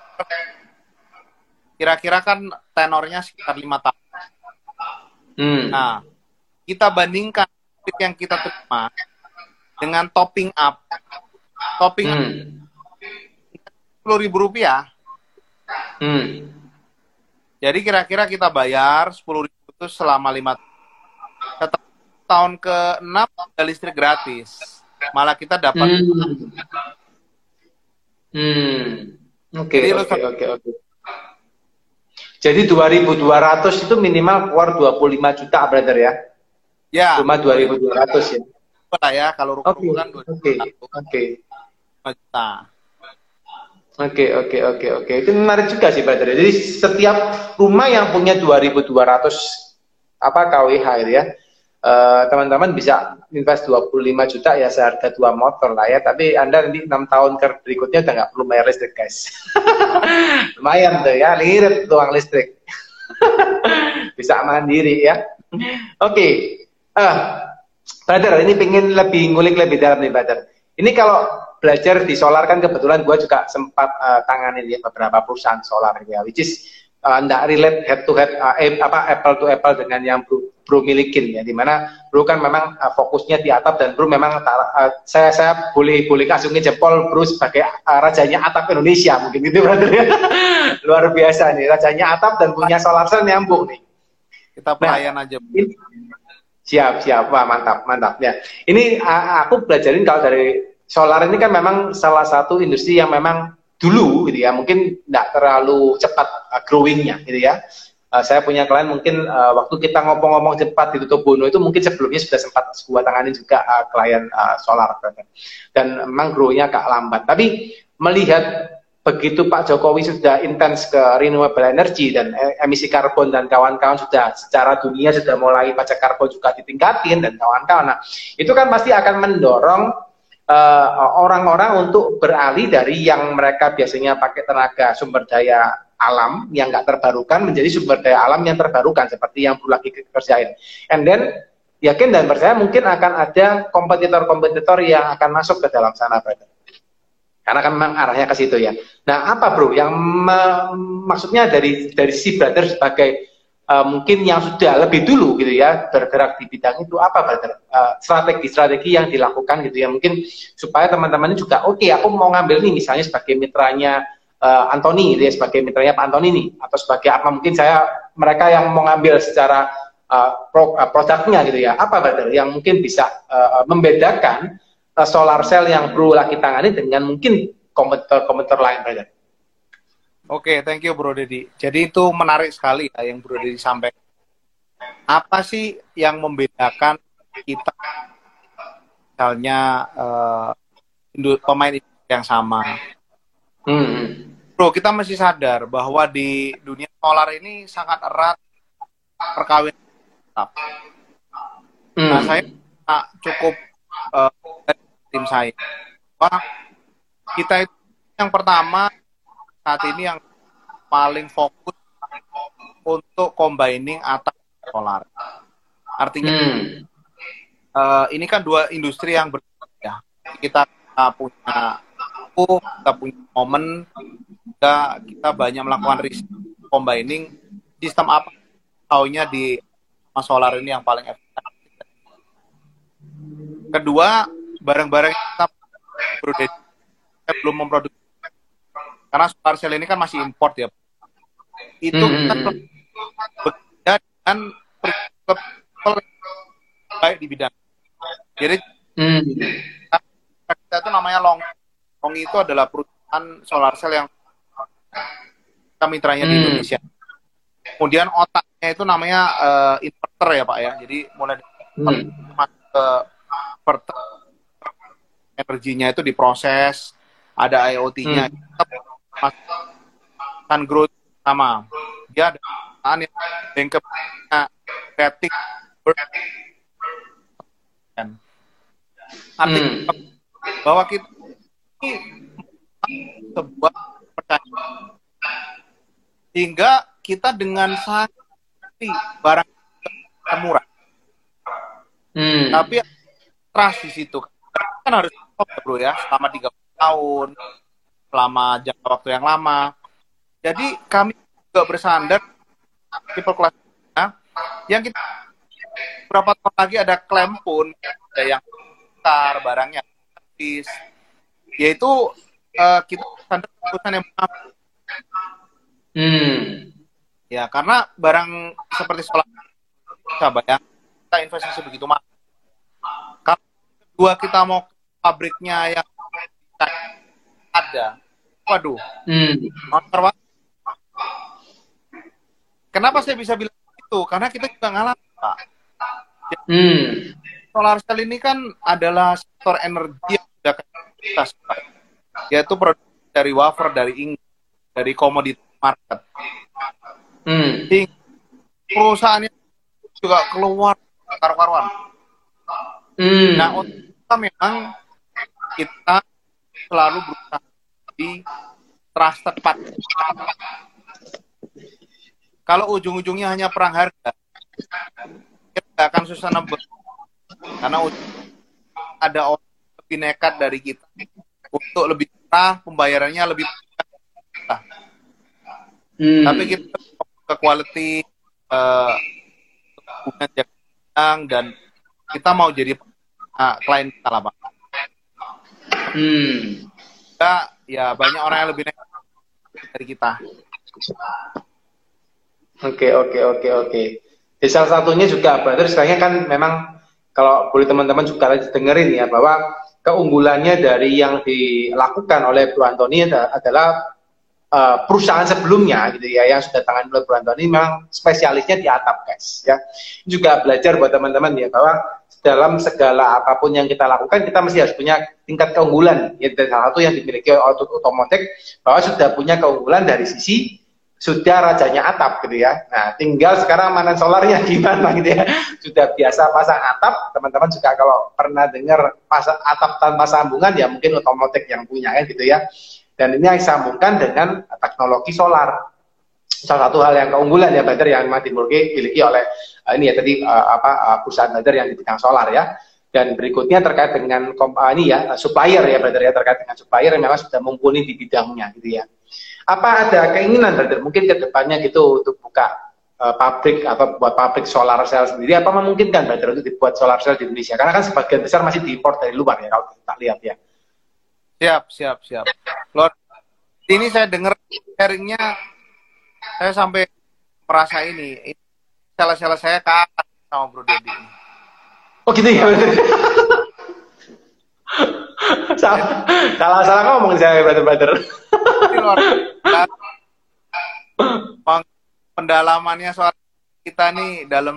kira-kira kan tenornya sekitar lima tahun. Hmm. Nah, kita bandingkan yang kita terima dengan topping up, topping hmm. up sepuluh ribu rupiah. Hmm. Jadi kira-kira kita bayar sepuluh ribu itu selama lima tahun. Tahun ke enam ada listrik gratis. Malah kita dapat hmm. Hmm, oke, oke, oke, oke. Jadi dua ribu dua ratus itu minimal keluar dua puluh lima juta, brother ya? Ya.
Cuma dua ribu dua ratus ya?
Betul ya, kalau rumah-rumah kan
Oke, oke. Oke, oke, oke, oke. Itu menarik juga sih, brother. Jadi setiap rumah yang punya dua ribu dua ratus apa K W H gitu ya, teman-teman uh, bisa invest dua puluh lima juta ya seharga dua motor lah ya, tapi Anda nanti enam tahun ke berikutnya udah nggak perlu bayar listrik guys. Lumayan tuh ya, lirik uang listrik. Bisa mandiri ya. Oke, okay. uh, brother ini pengen lebih ngulik lebih dalam nih brother. Ini kalau belajar di solar kan kebetulan gue juga sempat uh, tanganin ya beberapa perusahaan solar ya, which is uh, nggak relate head to head uh, apa apple to apple dengan yang bro, bro milikin ya, dimana bro kan memang uh, fokusnya di atap dan bro memang uh, saya saya boleh boleh kasungin jempol bro sebagai uh, rajanya atap Indonesia mungkin gitu brother ya. Luar biasa nih rajanya atap dan punya solar cell nyambung nih.
Kita pelayan nah, aja.
Ini, siap siap wah mantap mantap ya. Ini uh, aku belajarin kalau dari solar ini kan memang salah satu industri yang memang dulu gitu ya mungkin tidak terlalu cepat uh, growingnya gitu ya. Uh, saya punya klien mungkin uh, waktu kita ngomong-ngomong cepat di Tutup Bono itu mungkin sebelumnya sudah sempat gua tangani juga uh, klien uh, solar dan memang grow-nya agak lambat. Tapi melihat begitu Pak Jokowi sudah intens ke renewable energy dan emisi karbon dan kawan-kawan sudah secara dunia sudah mulai pajak karbon juga ditingkatin dan kawan-kawan. Nah, itu kan pasti akan mendorong orang-orang uh, untuk beralih dari yang mereka biasanya pakai tenaga sumber daya alam yang nggak terbarukan menjadi sumber daya alam yang terbarukan seperti yang perlu lagi kerjain. And then yakin dan percaya mungkin akan ada kompetitor-kompetitor yang akan masuk ke dalam sana, brother. Karena kan memang arahnya ke situ ya. Nah, apa bro yang maksudnya dari dari si brother sebagai uh, mungkin yang sudah lebih dulu gitu ya bergerak di bidang itu, apa brother uh, strategi-strategi yang dilakukan gitu ya, mungkin supaya teman-teman juga oke, okay, aku mau ngambil nih misalnya sebagai mitranya uh, Anthony gitu ya, sebagai mitranya Pak Anthony nih, atau sebagai apa mungkin saya mereka yang mau ngambil secara uh, pro, uh, produknya gitu ya, apa brother yang mungkin bisa uh, membedakan uh, solar cell yang bro lagi tangani dengan mungkin komentar-komentar lain brother.
Oke, okay, thank you Bro Dedi. Jadi itu menarik sekali ya yang Bro Dedi sampaikan. Apa sih yang membedakan kita, misalnya uh, pemain yang sama? Hmm. Bro, kita mesti sadar bahwa di dunia solar ini sangat erat perkawinan. Hmm. Nah, saya cukup uh, tim saya. Wah, kita itu yang pertama saat ini yang paling fokus untuk combining atas solar. Artinya hmm. uh, ini kan dua industri yang berbeda. Kita, kita punya kita punya momen, kita, kita banyak melakukan riset combining sistem apa taunya di solar ini yang paling efektif. Kedua, barang-barang kita produksi belum memproduksi, karena solar cell ini kan masih import ya. Itu mm-hmm. kan bekerja dengan baik di bidang. Jadi mm. kita itu namanya Long. Long itu adalah perusahaan solar cell yang kita mitranya mm. di Indonesia. Kemudian otaknya itu namanya uh, inverter ya Pak ya. Jadi mulai mm. masuk ke inverter, energinya itu diproses, ada I O T-nya, hmm. kan growth sama, dia ada yang bengkepnya kreatif, artinya hmm. bahwa kita ini sebuah percaya hingga kita dengan sangat barang murah, hmm. tapi trust di situ kan harus bro ya selama tiga puluh tahun, selama jangka waktu yang lama. Jadi kami juga bersandar people class yang kita berapa tahun lagi ada klaim pun ada yang besar barangnya habis, yaitu uh, kita bersandar perusahaan yang benar. Hmm. Ya karena barang seperti solar coba ya kita investasi begitu mahal. Kalau kedua kita mau pabriknya yang ada, waduh, hmm. Kenapa saya bisa bilang itu? Karena kita juga ngalamin, Pak. Hmm. Solar cell ini kan adalah sektor energi yang sudah kita sukai, yaitu produk dari wafer, dari ingot, dari komoditas market. Hmm. Perusahaannya juga keluar karu-karuan. Hmm. Nah, untuk kita memang kita selalu berusaha di trusted partner. Kalau ujung-ujungnya hanya perang harga, kita tidak akan sustainable. Karena ada orang lebih nekat dari kita untuk lebih murah, pembayarannya lebih murah. Hmm. Tapi kita ke quality, uh, dan kita mau jadi uh, klien kita lah, Pak. Hmm. Kita, ya banyak orang yang lebih nekat dari kita.
Oke, oke, oke, oke. Di salah satunya juga, brother, sebenarnya kan memang kalau boleh teman-teman juga dengerin ya, bahwa keunggulannya dari yang dilakukan oleh Bro Anthony adalah uh, perusahaan sebelumnya gitu ya, yang sudah tangan oleh Bro Anthony memang spesialisnya di atap, guys. Ya, juga belajar buat teman-teman ya, bahwa dalam segala apapun yang kita lakukan, kita mesti harus punya tingkat keunggulan. Ya, dan salah satu yang dimiliki oleh Otomotek, bahwa sudah punya keunggulan dari sisi sudah rajanya atap gitu ya. Nah, tinggal sekarang mana solarnya gimana gitu ya. Sudah biasa pasang atap, teman-teman juga kalau pernah dengar pasang atap tanpa sambungan ya mungkin Otomotek yang punya kan gitu ya. Dan ini yang disambungkan dengan teknologi solar. Salah satu hal yang keunggulan ya, Bader, yang memang dimiliki oleh uh, ini ya tadi uh, apa uh, perusahaan Bader yang di bidang solar ya. Dan berikutnya terkait dengan kompani ya, supplier ya, brother ya, terkait dengan supplier yang memang sudah mumpuni di bidangnya gitu ya. Apa ada keinginan, brother, mungkin ke depannya gitu untuk buka uh, pabrik atau buat pabrik solar cell sendiri, apa memungkinkan, brother, untuk dibuat solar cell di Indonesia? Karena kan sebagian besar masih diimpor dari luar ya, kalau kita lihat ya.
Siap, siap, siap. Lord, ini saya dengar sharingnya, saya sampai merasa ini, sel-sel saya kalah sama Bro Dedi.
Oh gitu ya, salah, salah, salah ngomong saya, brother-brother.
Pendalamannya soal kita nih dalam.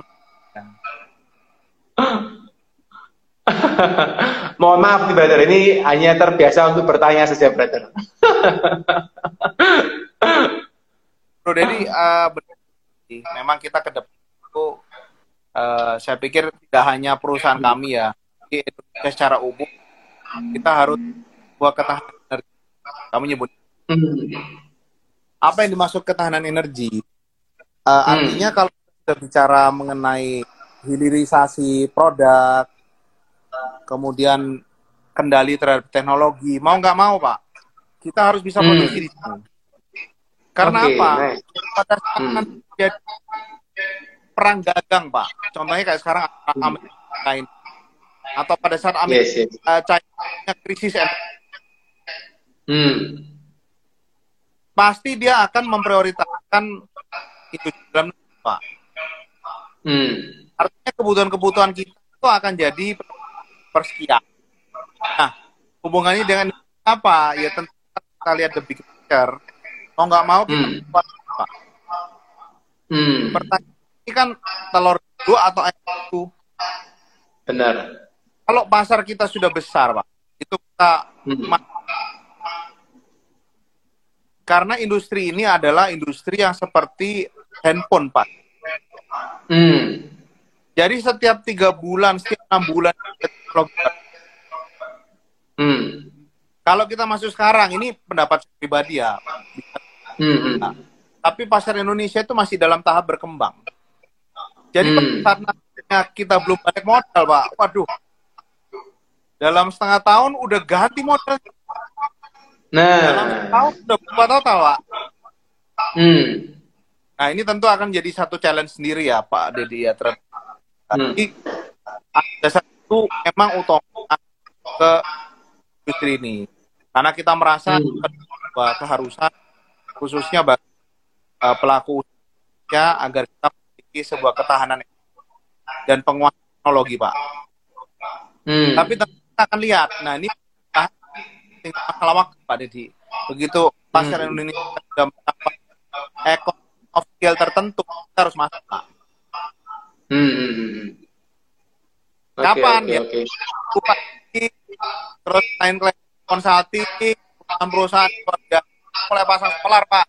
Mohon maaf nih, brother, ini hanya terbiasa untuk bertanya saja, brother.
Bro Dedi, uh, memang kita ke depan itu, uh, saya pikir tidak hanya perusahaan kami ya, di Indonesia secara umum kita harus buat ketahanan energi. Kami nyebut apa yang dimaksud ketahanan energi? Uh, hmm. Artinya kalau kita bicara mengenai hilirisasi produk, kemudian kendali terhadap teknologi, mau nggak mau Pak, kita harus bisa produksi hmm. di sini. Karena okay, apa? Nice. Pada saat hmm. jadi perang dagang Pak, contohnya kayak sekarang Amerika ini, atau pada saat Amerika yes, yes. Uh, China krisis energi, hmm. pasti dia akan memprioritaskan industri dalam negeri Pak. Hmm. Artinya kebutuhan-kebutuhan kita itu akan jadi persekian. Nah, hubungannya dengan apa? Ya tentu kita lihat the big picture. Mau nggak mau kita hmm. buat apa? Hmm. Pertanyaan ini kan telur dua atau ayam satu?
Benar.
Kalau pasar kita sudah besar Pak, itu kita hmm. karena industri ini adalah industri yang seperti handphone Pak. Hmm. Jadi setiap tiga bulan, setiap enam bulan, hmm. kalau kita masuk sekarang, ini pendapat pribadi ya. Hmm. Nah, tapi pasar Indonesia itu masih dalam tahap berkembang. Jadi hmm. karena kita belum balik modal, Pak. Waduh, dalam setengah tahun udah ganti modal. Nah, dalam setahun udah berubah total, Pak. Hmm. Nah, ini tentu akan jadi satu challenge sendiri ya, Pak Dedi ya. Tapi hmm. ada satu memang utama ke industri ini, karena kita merasa hmm. bahwa keharusan khususnya bagi uh, pelaku usaha agar kita memiliki sebuah ketahanan dan penguasaan teknologi, Pak. Hmm. Tapi kita akan lihat, nah ini masalah waktu, Pak Dedi. Begitu pasar hmm. Indonesia sudah mencapai economy of scale tertentu, kita harus masuk, Pak. Hmm. Kapan okay, okay, ya? Okay. Terus lain klien konsulting, perusahaan keluarga mulai pasang solar, Pak.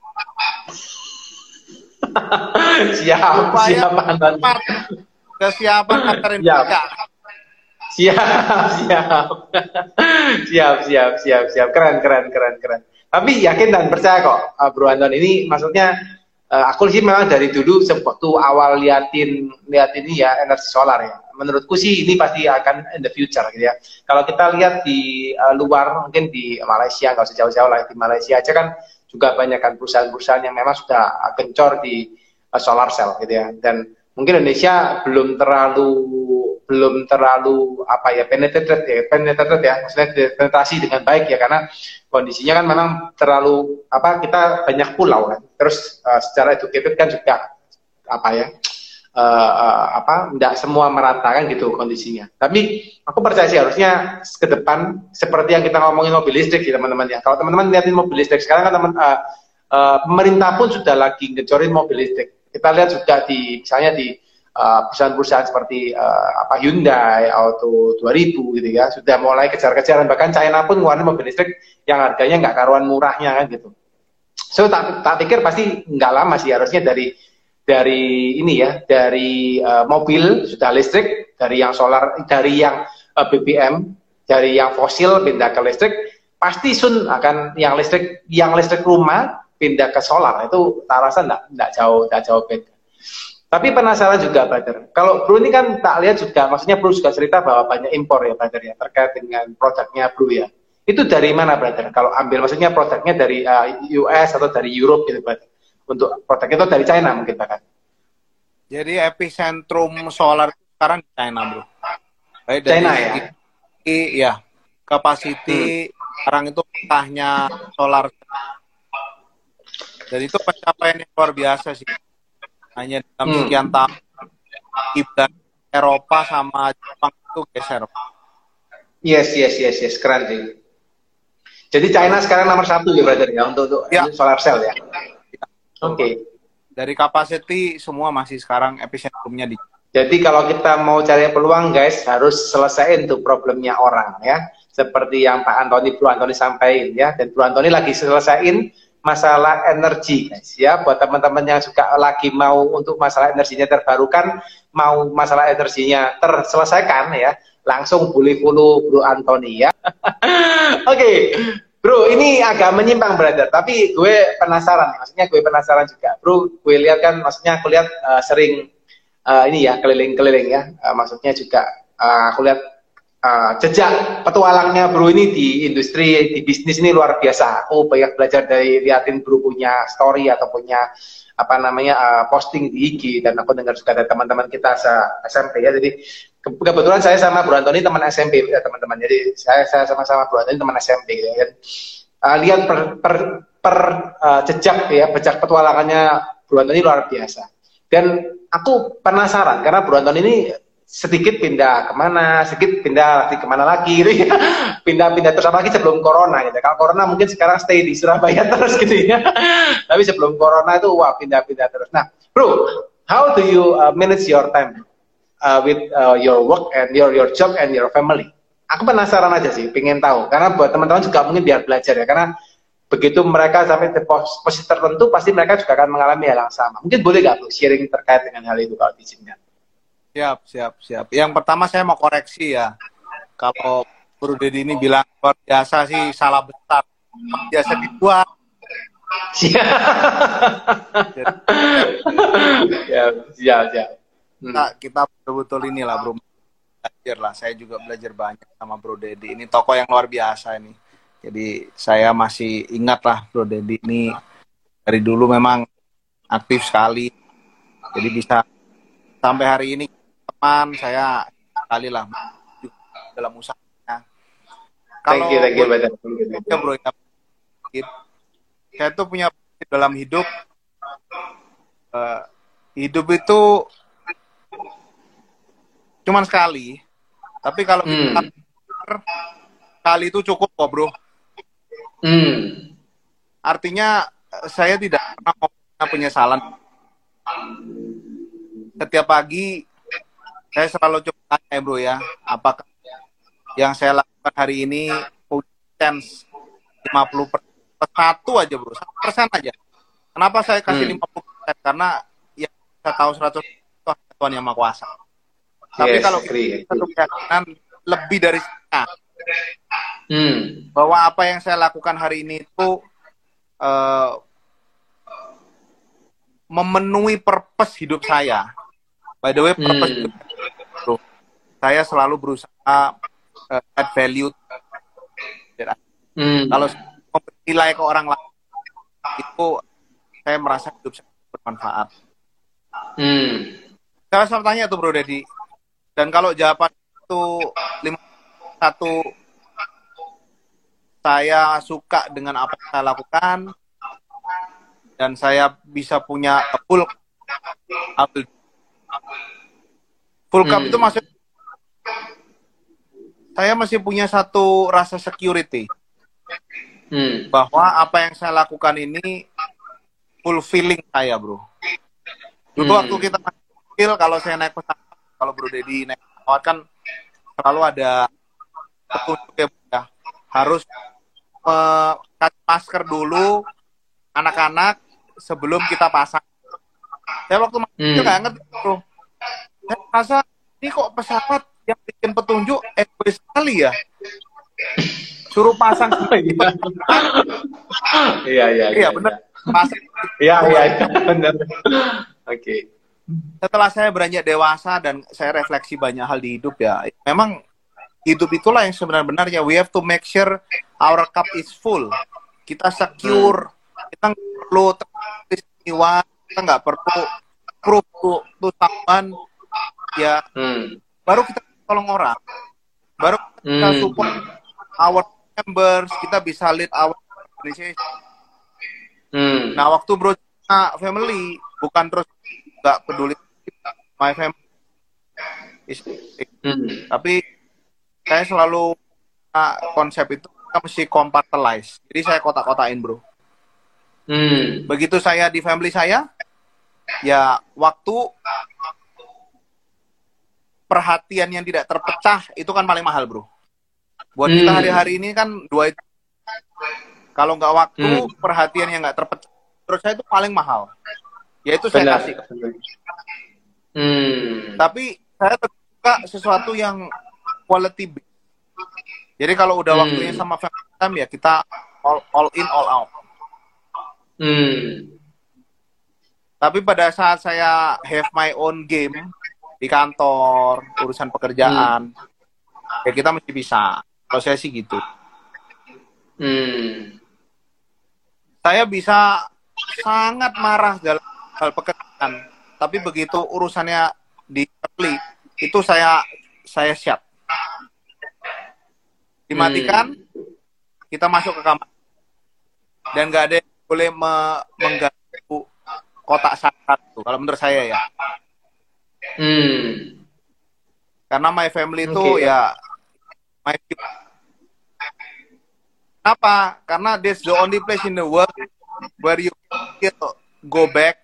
siap,
Supaya
siap,
kesiapan antar Indonesia.
Siap, siap, siap, siap, siap, siap, keren, keren, keren, keren. Tapi yakin dan percaya kok, Bro Anton, ini maksudnya. Uh, aku sih memang dari dulu waktu awal liatin lihat ini ya energi solar ya. Menurutku sih ini pasti akan in the future gitu ya. Kalau kita lihat di uh, luar, mungkin di Malaysia, nggak usah jauh-jauh lah, di Malaysia aja kan juga banyak kan perusahaan-perusahaan yang memang sudah gencor di uh, solar cell gitu ya. Dan mungkin Indonesia belum terlalu belum terlalu apa ya penetrated ya, penetrated ya, maksudnya penetrasi dengan baik ya, karena kondisinya kan memang terlalu apa, kita banyak pulau kan, terus uh, secara educated kan juga apa ya uh, uh, apa tidak semua merata kan gitu kondisinya. Tapi aku percaya sih harusnya ke depan seperti yang kita ngomongin mobil listrik ya teman-teman ya. Kalau teman-teman lihatin mobil listrik sekarang kan teman uh, uh, pemerintah pun sudah lagi ngecorin mobil listrik. Kita lihat juga di misalnya di perusahaan-perusahaan uh, seperti uh, apa Hyundai, Auto dua ribu gitu ya, sudah mulai kejar-kejaran, bahkan China pun ngeluarin mobil listrik yang harganya nggak karuan murahnya kan gitu. So tak, tak pikir pasti nggak lama sih harusnya dari dari ini ya, dari uh, mobil sudah listrik, dari yang solar, dari yang uh, B B M, dari yang fosil pindah ke listrik, pasti soon akan yang listrik, yang listrik rumah pindah ke solar. Itu tak rasa nggak nggak jauh nggak jauh beda. Tapi penasaran juga, brother. Kalau Bro ini kan tak lihat juga, maksudnya Bro juga cerita bahwa banyak impor ya, brother ya, terkait dengan produknya Bro ya. Itu dari mana, brother? Kalau ambil, maksudnya produknya dari uh, U S atau dari Europe gitu, brother. Untuk produknya itu dari China mungkin, bahkan.
Jadi epicentrum solar sekarang di China, Bro. Baik dari
China ya?
Iya. Capacity hmm. sekarang itu petahnya solar. Dan itu pencapaian yang luar biasa sih. Hanya dalam sekian hmm. tahun kiblat Eropa sama Jepang itu geser.
Yes, yes, yes, yes, keren sih. Jadi China sekarang nomor satu ya, brother ya, untuk, untuk ya. solar cell ya. ya. Oke. Okay.
Dari capacity semua masih sekarang epicentrumnya di.
Jadi kalau kita mau cari peluang, guys, harus selesaiin tuh problemnya orang ya. Seperti yang Pak Antoni, Bro Antoni sampaikan ya. Dan Bro Antoni lagi selesaiin masalah energi, guys, ya, buat teman-teman yang suka lagi mau untuk masalah energinya terbarukan, mau masalah energinya terselesaikan ya, langsung boleh follow Bro Antoni ya. Oke, okay. Bro, ini agak menyimpang, brother, tapi gue penasaran, maksudnya gue penasaran juga, Bro. Gue lihat kan, maksudnya aku lihat uh, sering uh, ini ya keliling-keliling ya, uh, maksudnya juga uh, aku lihat Uh, jejak petualangnya Bro ini di industri, di bisnis ini luar biasa. Aku banyak belajar dari liatin Bro punya story atau punya apa namanya uh, posting di I G, dan aku dengar juga dari teman-teman kita se-S M P ya. Jadi ke kebetulan saya sama Bro Antoni teman S M P ya, teman-teman. Jadi saya saya sama-sama Bro Antoni teman S M P gitu ya. Uh, lihat per, per, per uh, jejak ya, jejak petualangannya Bro Antoni luar biasa. Dan aku penasaran karena Bro Antoni ini sedikit pindah kemana, sedikit pindah lagi kemana lagi, gitu ya. Pindah-pindah terus lagi sebelum corona gitu. Kalau corona mungkin sekarang stay di Surabaya terus gitu ya. Tapi sebelum corona itu wah pindah-pindah terus. Nah, Bro, how do you uh, manage your time uh, with uh, your work and your your job and your family? Aku penasaran aja sih, pengen tahu. Karena buat teman-teman juga mungkin biar belajar ya. Karena begitu mereka sampai di pos posisi tertentu, pasti mereka juga akan mengalami hal yang sama. Mungkin boleh nggak Bro sharing terkait dengan hal itu kalau diizinkan?
Siap, siap, siap. Yang pertama saya mau koreksi ya. Kalau Bro Dedi ini bilang luar biasa sih, salah besar. Biasa dibuat.
Siap. Siap, siap, siap.
Kita, kita betul-betul inilah Bro. Belajar lah. Saya juga belajar banyak sama Bro Dedi. Ini tokoh yang luar biasa ini. Jadi saya masih ingat lah Bro Dedi ini dari dulu memang aktif sekali. Jadi bisa sampai hari ini teman saya sekali lah dalam usahanya. Kalau
thank you, thank you,
ya Bro, ya, saya tuh punya dalam hidup, uh, hidup itu cuman sekali. Tapi kalau
hmm.
kita kali itu cukup kok Bro.
Hmm.
Artinya saya tidak pernah punya penyesalan. Setiap pagi saya selalu coba tanya Bro ya, apakah yang saya lakukan hari ini punya chance lima puluh persen satu aja Bro, satu persen aja. Kenapa saya kasih hmm. lima puluh persen? Karena ya saya tahu seratus persen itu Tuhan yang Maha Kuasa. Tapi yes, kalau kita satu keyakinan lebih dari setengah, hmm. bahwa apa yang saya lakukan hari ini itu uh, memenuhi purpose hidup saya. By the way, purpose hmm. hidup Bro, saya selalu berusaha uh, add value. Hmm. Kalau nilai ke orang lain, itu saya merasa hidup saya bermanfaat. Hmm. Saya selalu tanya tuh Bro Dedi, dan kalau jawaban itu lima puluh satu saya suka dengan apa yang saya lakukan, dan saya bisa punya full full cup hmm. itu maksudnya saya masih punya satu rasa security hmm. bahwa apa yang saya lakukan ini fulfilling saya Bro. Dulu hmm. waktu kita masih kecil, kalau saya naik pesawat, kalau Bro Dedi naik pesawat kan selalu ada petunjuk ya, harus uh, kasih masker dulu anak-anak sebelum kita pasang. Saya waktu masih kecil nggak hmm. ngerti Bro. Saya merasa ini kok pesawat yang bikin petunjuk egois sekali ya. Suruh pasang sendiri.
Iya iya.
Iya benar. Pasang.
Iya iya benar. Oke.
setelah saya beranjak dewasa dan saya refleksi banyak hal di hidup ya, memang hidup itulah yang sebenarnya we have to make sure our cup is full. Kita secure, kita nggak perlu teristimewa, kita nggak perlu proof to, to someone, ya. Hmm. Baru kita tolong orang, baru kita hmm. support our members, kita bisa lead our organization. Hmm. Nah, waktu bro family bukan terus nggak peduli my family, hmm. tapi saya selalu uh, konsep itu kita mesti compartmentalize. Jadi saya kotak-kotakin bro. Hmm. Begitu saya di family saya, ya waktu perhatian yang tidak terpecah itu kan paling mahal bro. Buat hmm. kita hari-hari ini kan dua itu. Kalau nggak waktu, hmm. perhatian yang nggak terpecah, terus saya itu paling mahal. Yaitu saya kasih. Hmm. Tapi saya suka sesuatu yang quality based. Jadi kalau udah hmm. waktunya sama family time ya kita all, all in all out. Hmm. Tapi pada saat saya have my own game di kantor, urusan pekerjaan, hmm. ya kita mesti bisa. Kalau saya sih gitu. Hmm. Saya bisa sangat marah dalam hal pekerjaan, tapi begitu urusannya di family, itu saya saya siap. Dimatikan, hmm. kita masuk ke kamar. Dan nggak ada yang boleh me- mengganggu kotak sakat itu, kalau menurut saya ya. Hmm. Karena my family itu okay. ya my Kenapa? Karena that's the only place in the world where you can go back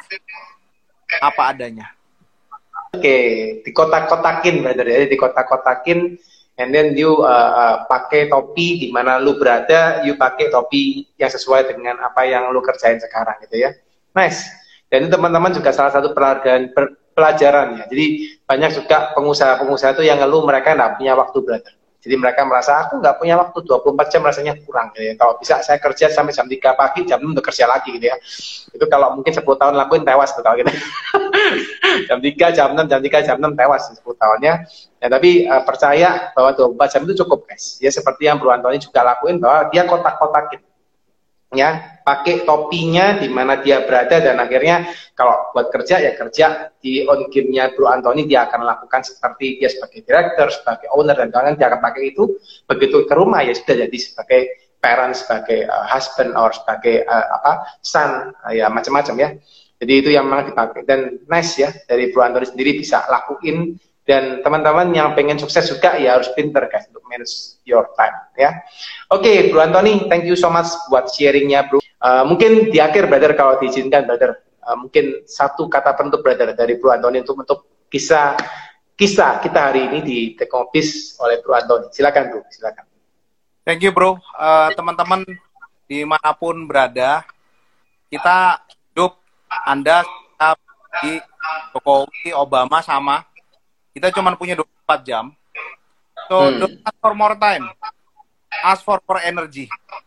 apa adanya.
Oke, okay. dikotak-kotakin brother ya, dikotak-kotakin, and then you uh, uh, pakai topi di mana lu berada, you pakai topi yang sesuai dengan apa yang lu kerjain sekarang gitu ya. Nice. Dan itu teman-teman juga salah satu pelajaran pelajaran ya. Jadi banyak juga pengusaha-pengusaha itu yang ngeluh mereka nggak punya waktu brother. Jadi mereka merasa aku nggak punya waktu dua puluh empat jam rasanya kurang gitu ya. Kalau bisa saya kerja sampai jam tiga pagi, jam enam udah kerja lagi gitu ya. Itu kalau mungkin sepuluh tahun lakuin tewas tuh gitu. jam tiga, jam enam, jam tiga, jam enam tewas sepuluh tahunnya. Ya, tapi uh, percaya bahwa dua puluh empat jam itu cukup guys. Ya seperti yang Bro Antoni juga lakuin bahwa dia kotak-kotakin. Ya, pakai topinya di mana dia berada dan akhirnya kalau buat kerja ya kerja di on game-nya Bro Antoni dia akan lakukan seperti dia sebagai director, sebagai owner dan kawan-kawan dia akan pakai itu. Begitu ke rumah ya sudah jadi sebagai parent, sebagai uh, husband or sebagai uh, apa son uh, ya macam-macam ya. Jadi itu yang memang dipakai dan nice ya dari Bro Antoni sendiri bisa lakuin. Dan teman-teman yang pengen sukses juga ya harus pinter guys untuk manage your time ya. Oke, okay, Bro Antoni, thank you so much buat sharingnya Bro. Uh, mungkin di akhir brother kalau diizinkan brother, uh, mungkin satu kata penutup brother dari Bro Antoni untuk untuk kisah kisah kita hari ini di Take Office oleh Bro Antoni. Silakan Bro, silakan.
Thank you Bro. Uh, teman-teman dimanapun berada, kita hidup Anda di Jokowi, Obama sama. Kita cuma punya dua puluh empat jam. So, hmm. don't ask for more time. Ask for more energy.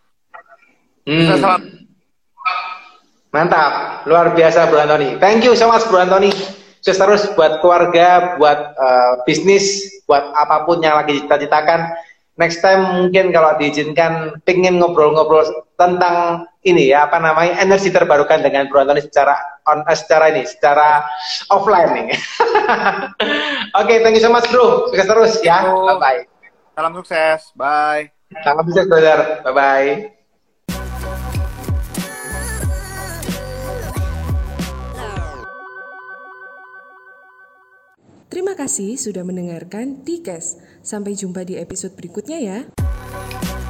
Hmm. Bisa selalu. Mantap. Luar biasa, Bro Antoni. Thank you so much, Bro Antoni. Sukses terus buat keluarga, buat uh, bisnis, buat apapun yang lagi cita-citakan. Next time mungkin kalau diizinkan, pengen ngobrol-ngobrol tentang ini ya, apa namanya, energi terbarukan dengan Bro Antoni secara on, uh, secara ini, secara offline nih. Oke, okay, thank you so much Bro. Sukses terus ya. Bye-bye.
Salam sukses. Bye.
Salam sukses, brother. Bye-bye.
Terima kasih sudah mendengarkan T-Cast. Sampai jumpa di episode berikutnya ya.